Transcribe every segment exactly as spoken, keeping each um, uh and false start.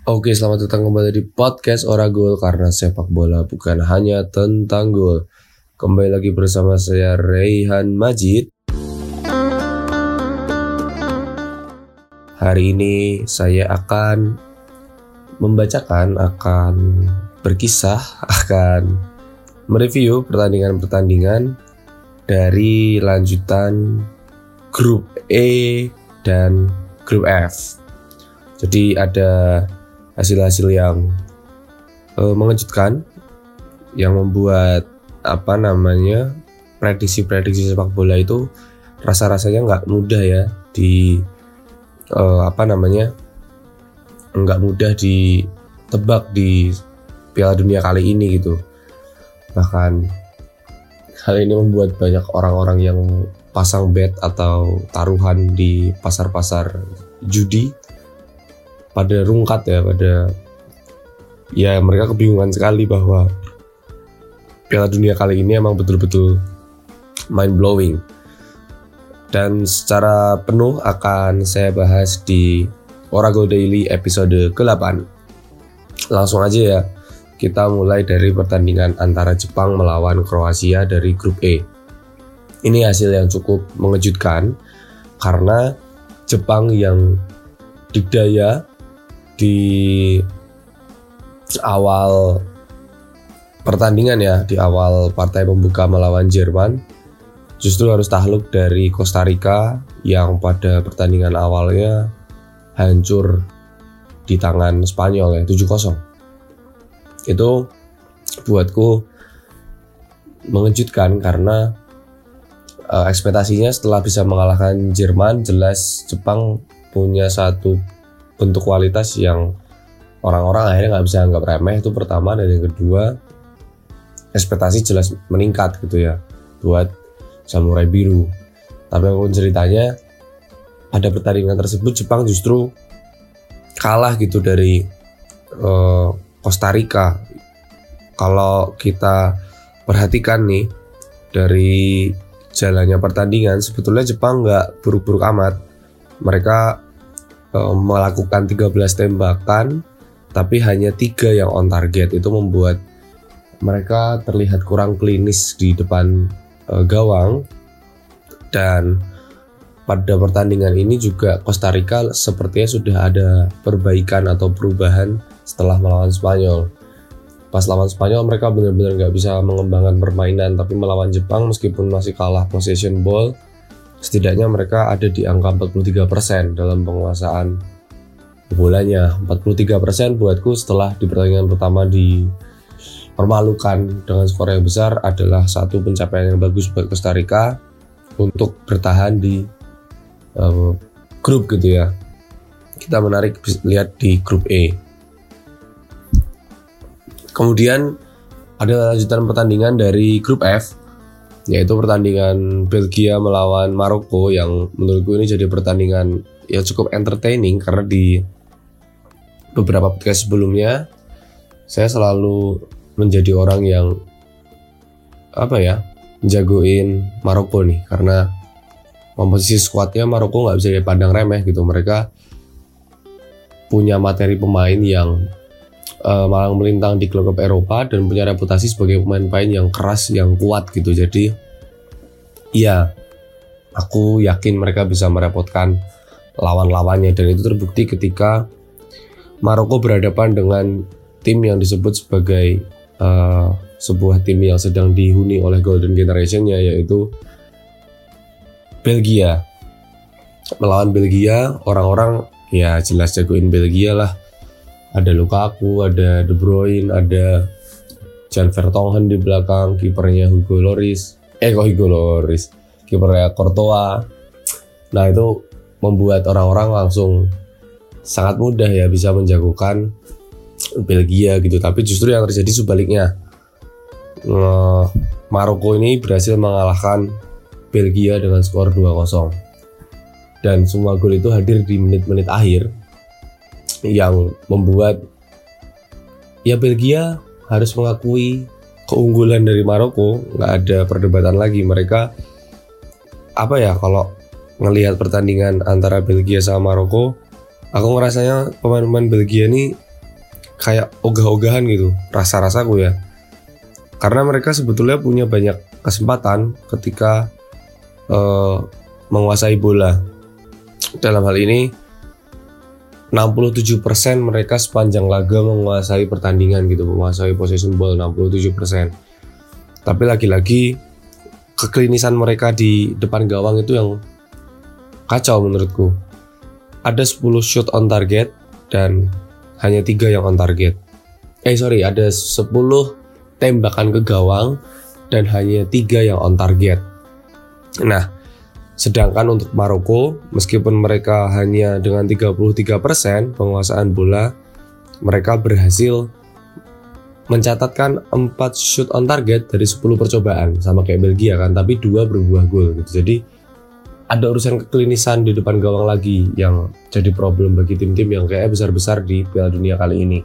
Oke, selamat datang kembali di podcast Ora Gol, karena sepak bola bukan hanya tentang gol. Kembali lagi bersama saya Raihan Majid. Hari ini saya akan membacakan, akan berkisah, akan mereview pertandingan-pertandingan dari lanjutan grup E dan grup F. Jadi ada hasil-hasil yang uh, mengejutkan, yang membuat apa namanya prediksi-prediksi sepak bola itu rasa-rasanya nggak mudah ya di uh, apa namanya nggak mudah ditebak di Piala Dunia kali ini gitu. Bahkan hal ini membuat banyak orang-orang yang pasang bet atau taruhan di pasar-pasar judi pada rungkat ya, pada ya mereka kebingungan sekali bahwa Piala Dunia kali ini emang betul-betul mind blowing. Dan secara penuh akan saya bahas di Orago Daily episode ke delapan. Langsung aja ya, kita mulai dari pertandingan antara Jepang melawan Kroasia dari grup E. Ini hasil yang cukup mengejutkan karena Jepang yang dikdaya di awal pertandingan ya, di awal partai pembuka melawan Jerman, justru harus takluk dari Costa Rica yang pada pertandingan awalnya hancur di tangan Spanyol ya, tujuh kosong. Itu buatku mengejutkan karena uh, ekspektasinya setelah bisa mengalahkan Jerman, jelas Jepang punya satu bentuk kualitas yang orang-orang akhirnya nggak bisa anggap remeh. Itu pertama. Dan yang kedua, ekspektasi jelas meningkat gitu ya buat Samurai Biru. Tapi apapun ceritanya, pada pertandingan tersebut Jepang justru kalah gitu dari uh, Costa Rica. Kalau kita perhatikan nih dari jalannya pertandingan, sebetulnya Jepang nggak buruk-buruk amat. Mereka melakukan tiga belas tembakan tapi hanya tiga yang on target. Itu membuat mereka terlihat kurang klinis di depan e, gawang. Dan pada pertandingan ini juga Costa Rica sepertinya sudah ada perbaikan atau perubahan setelah melawan Spanyol. Pas lawan Spanyol mereka benar-benar gak bisa mengembangkan permainan, tapi melawan Jepang meskipun masih kalah possession ball, setidaknya mereka ada di angka empat puluh tiga persen dalam penguasaan bolanya. empat puluh tiga persen buatku setelah di pertandingan pertama dipermalukan dengan skor yang besar adalah satu pencapaian yang bagus buat Costa Rica untuk bertahan di uh, grup gitu ya. Kita menarik lihat di grup E. Kemudian ada lanjutan pertandingan dari grup F, yaitu pertandingan Belgia melawan Maroko, yang menurutku ini jadi pertandingan yang cukup entertaining karena di beberapa podcast sebelumnya saya selalu menjadi orang yang apa ya jagoin Maroko nih, karena komposisi skuadnya Maroko nggak bisa dipandang remeh gitu. Mereka punya materi pemain yang uh, malang melintang di klub-klub Eropa dan punya reputasi sebagai pemain-pemain yang keras, yang kuat gitu. Jadi iya, aku yakin mereka bisa merepotkan lawan-lawannya, dan itu terbukti ketika Maroko berhadapan dengan tim yang disebut sebagai uh, sebuah tim yang sedang dihuni oleh Golden Generation-nya, yaitu Belgia. Melawan Belgia, orang-orang ya jelas jagoin Belgia lah. Ada Lukaku, ada De Bruyne, ada Jan Vertonghen di belakang, kipernya Hugo Lloris. Eh kok Hugo Lloris, kipernya Courtois. Nah itu membuat orang-orang langsung sangat mudah ya bisa menjagokan Belgia gitu. Tapi justru yang terjadi sebaliknya, Maroko ini berhasil mengalahkan Belgia dengan skor dua kosong. Dan semua gol itu hadir di menit-menit akhir, yang membuat ya Belgia harus mengakui keunggulan dari Maroko. Nggak ada perdebatan lagi. Mereka apa ya, kalau ngelihat pertandingan antara Belgia sama Maroko, aku ngerasanya pemain-pemain Belgia ini kayak ogah-ogahan gitu rasa-rasaku ya, karena mereka sebetulnya punya banyak kesempatan ketika uh, menguasai bola. Dalam hal ini enam puluh tujuh persen mereka sepanjang laga menguasai pertandingan gitu, menguasai possession ball enam puluh tujuh persen. Tapi lagi-lagi keklinisan mereka di depan gawang itu yang kacau menurutku. Ada sepuluh shoot on target dan hanya tiga yang on target. Eh sorry, ada sepuluh tembakan ke gawang dan hanya tiga yang on target. Nah, sedangkan untuk Maroko, meskipun mereka hanya dengan tiga puluh tiga persen penguasaan bola, mereka berhasil mencatatkan empat shoot on target dari sepuluh percobaan, sama kayak Belgia kan, tapi dua berbuah gol gitu. Jadi ada urusan keklinisan di depan gawang lagi yang jadi problem bagi tim-tim yang kayak besar-besar di Piala Dunia kali ini.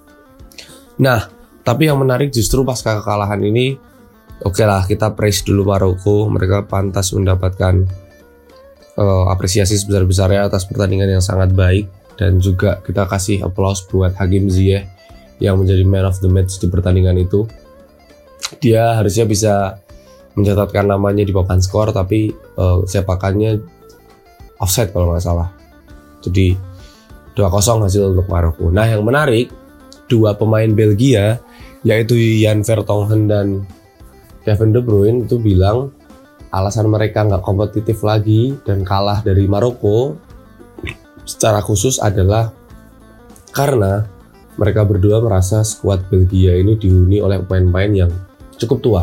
Nah, tapi yang menarik justru pasca kekalahan ini, oke okay lah kita praise dulu Maroko, mereka pantas mendapatkan uh, apresiasi sebesar-besarnya atas pertandingan yang sangat baik, dan juga kita kasih applause buat Hakim Ziyech yang menjadi man of the match di pertandingan itu. Dia harusnya bisa mencatatkan namanya di papan skor, tapi uh, sepakannya offside kalau nggak salah. Jadi dua kosong hasil untuk Maroko. Nah, yang menarik, dua pemain Belgia yaitu Jan Vertonghen dan Kevin De Bruyne itu bilang alasan mereka nggak kompetitif lagi dan kalah dari Maroko secara khusus adalah karena mereka berdua merasa skuad Belgia ini dihuni oleh pemain-pemain yang cukup tua.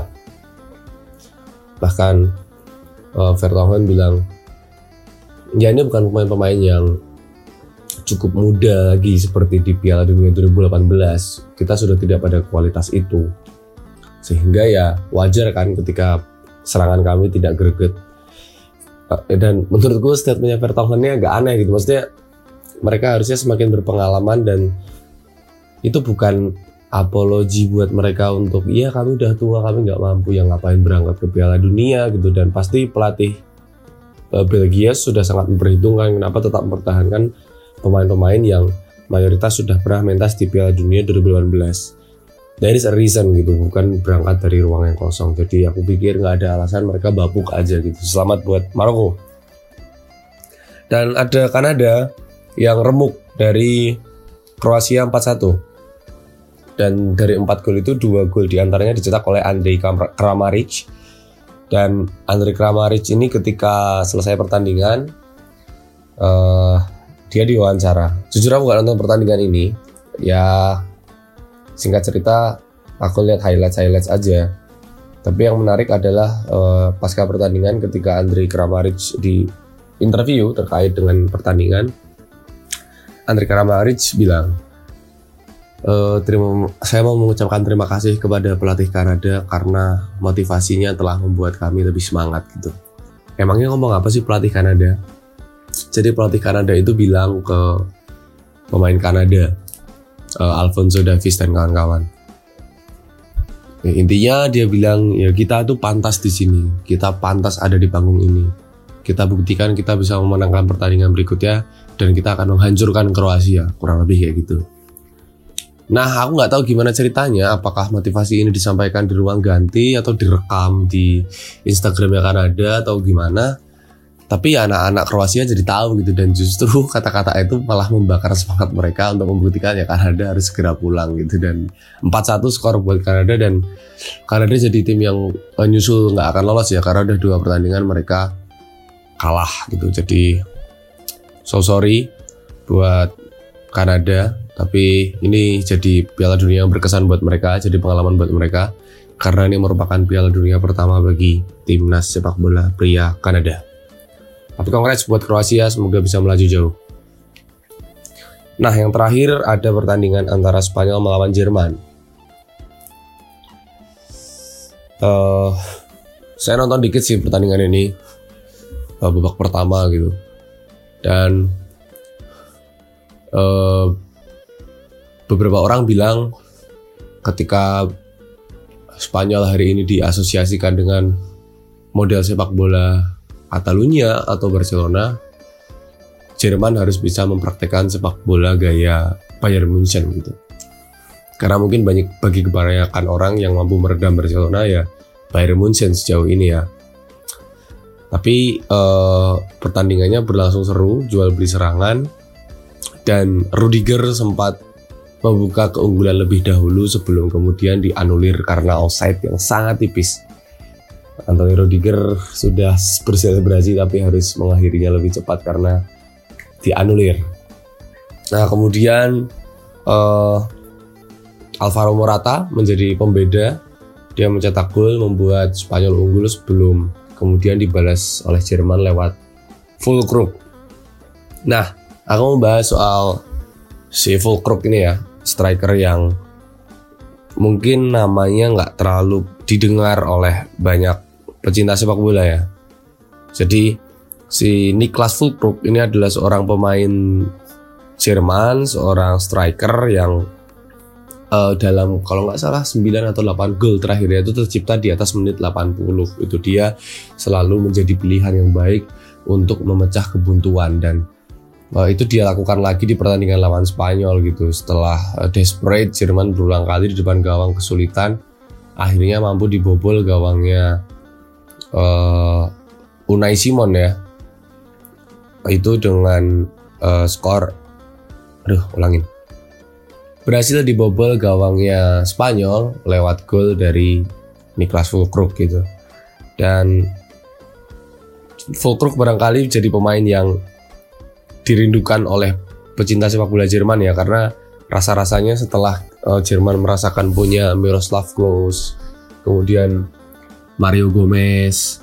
Bahkan uh, Vertonghen bilang, ya ini bukan pemain-pemain yang cukup muda lagi seperti di Piala Dunia dua ribu delapan belas. Kita sudah tidak pada kualitas itu. Sehingga ya wajar kan ketika serangan kami tidak greget. Uh, dan menurutku statementnya Vertonghen ini agak aneh gitu. Maksudnya mereka harusnya semakin berpengalaman, dan itu bukan apologi buat mereka untuk iya kami udah tua, kami nggak mampu, yang ngapain berangkat ke Piala Dunia gitu. Dan pasti pelatih uh, Belgia sudah sangat memperhitungkan kenapa tetap mempertahankan pemain-pemain yang mayoritas sudah pernah mentas di Piala Dunia dua ribu delapan belas. There is a reason gitu, bukan berangkat dari ruang yang kosong. Jadi aku pikir nggak ada alasan mereka bapuk aja gitu. Selamat buat Maroko. Dan ada Kanada yang remuk dari Kroasia empat satu. Dan dari empat gol itu dua gol diantaranya dicetak oleh Andrej Kramaric. Dan Andrej Kramaric ini ketika selesai pertandingan uh, dia diwawancara. Jujur aku gak nonton pertandingan ini. Ya singkat cerita aku lihat highlights-highlights aja. Tapi yang menarik adalah uh, pasca pertandingan ketika Andrej Kramaric di interview terkait dengan pertandingan, Andrej Kramaric bilang, Uh, terima, saya mau mengucapkan terima kasih kepada pelatih Kanada karena motivasinya telah membuat kami lebih semangat gitu. Emangnya ngomong apa sih pelatih Kanada? Jadi pelatih Kanada itu bilang ke pemain Kanada, uh, Alphonso Davies dan kawan-kawan. Ya, intinya dia bilang ya kita tuh pantas di sini, kita pantas ada di panggung ini. Kita buktikan kita bisa memenangkan pertandingan berikutnya dan kita akan menghancurkan Kroasia, kurang lebih kayak gitu. Nah, aku nggak tahu gimana ceritanya, apakah motivasi ini disampaikan di ruang ganti atau direkam di Instagramnya Kanada atau gimana. Tapi ya anak-anak Kroasia jadi tahu gitu, dan justru kata-kata itu malah membakar semangat mereka untuk membuktikan ya Kanada harus segera pulang gitu. Dan empat satu skor buat Kanada, dan Kanada jadi tim yang nyusul nggak akan lolos ya karena udah dua pertandingan mereka kalah gitu. Jadi so sorry buat Kanada. Tapi ini jadi Piala Dunia yang berkesan buat mereka, jadi pengalaman buat mereka, karena ini merupakan Piala Dunia pertama bagi timnas sepak bola pria Kanada. Tapi congrats buat Kroasia, semoga bisa melaju jauh. Nah, yang terakhir ada pertandingan antara Spanyol melawan Jerman. Uh, saya nonton dikit sih pertandingan ini, uh, babak pertama gitu, dan uh, beberapa orang bilang ketika Spanyol hari ini diasosiasikan dengan model sepak bola Catalunya atau Barcelona, Jerman harus bisa mempraktekkan sepak bola gaya Bayern Munchen gitu. Karena mungkin banyak bagi kebanyakan orang yang mampu meredam Barcelona ya Bayern Munchen sejauh ini ya. Tapi eh, pertandingannya berlangsung seru, jual beli serangan, dan Rudiger sempat membuka keunggulan lebih dahulu sebelum kemudian dianulir karena offside yang sangat tipis. Anthony Rudiger sudah berselebrasi tapi harus mengakhirinya lebih cepat karena dianulir. Nah kemudian uh, Alvaro Morata menjadi pembeda. Dia mencetak gol membuat Spanyol unggul sebelum kemudian dibalas oleh Jerman lewat Füllkrug. Nah aku mau bahas soal si Füllkrug ini ya, striker yang mungkin namanya nggak terlalu didengar oleh banyak pecinta sepak bola ya. Jadi si Niklas Füllkrug ini adalah seorang pemain Jerman, seorang striker yang uh, dalam kalau nggak salah sembilan atau delapan gol terakhirnya itu tercipta di atas menit delapan puluh. Itu dia selalu menjadi pilihan yang baik untuk memecah kebuntuan, dan uh, itu dia lakukan lagi di pertandingan lawan Spanyol gitu. Setelah uh, desperate Jerman berulang kali di depan gawang kesulitan, akhirnya mampu dibobol gawangnya uh, Unai Simon ya. Itu dengan uh, skor Aduh, ulangin. Berhasil dibobol gawangnya Spanyol lewat gol dari Niklas Füllkrug gitu. Dan Füllkrug barangkali jadi pemain yang dirindukan oleh pecinta sepak bola Jerman ya, karena rasa-rasanya setelah uh, Jerman merasakan punya Miroslav Klose, kemudian Mario Gomez,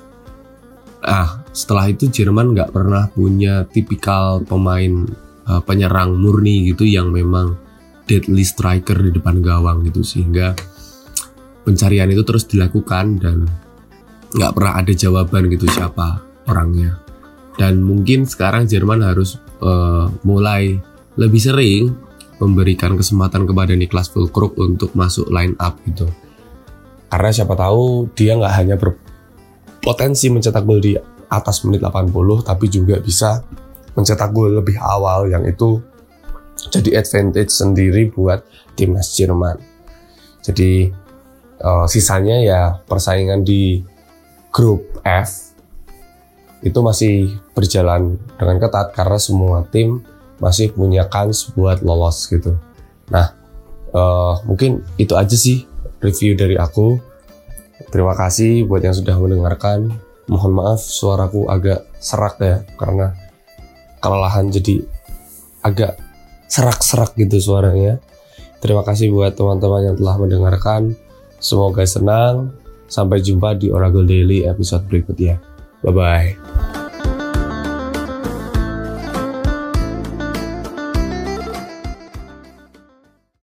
ah setelah itu Jerman nggak pernah punya tipikal pemain uh, penyerang murni gitu yang memang deadly striker di depan gawang gitu, sehingga pencarian itu terus dilakukan dan nggak pernah ada jawaban gitu siapa orangnya. Dan mungkin sekarang Jerman harus uh, mulai lebih sering memberikan kesempatan kepada Niklas Füllkrug untuk masuk line up gitu, karena siapa tahu dia nggak hanya berpotensi mencetak gol di atas menit delapan puluh, tapi juga bisa mencetak gol lebih awal, yang itu jadi advantage sendiri buat timnas Jerman. Jadi uh, sisanya ya persaingan di grup F itu masih berjalan dengan ketat karena semua tim masih punya kans buat lolos gitu. Nah uh, mungkin itu aja sih review dari aku. Terima kasih buat yang sudah mendengarkan. Mohon maaf suaraku agak serak ya, karena kelelahan jadi agak serak-serak gitu suaranya. Terima kasih buat teman-teman yang telah mendengarkan. Semoga senang. Sampai jumpa di Oracle Daily episode berikutnya. Bye-bye.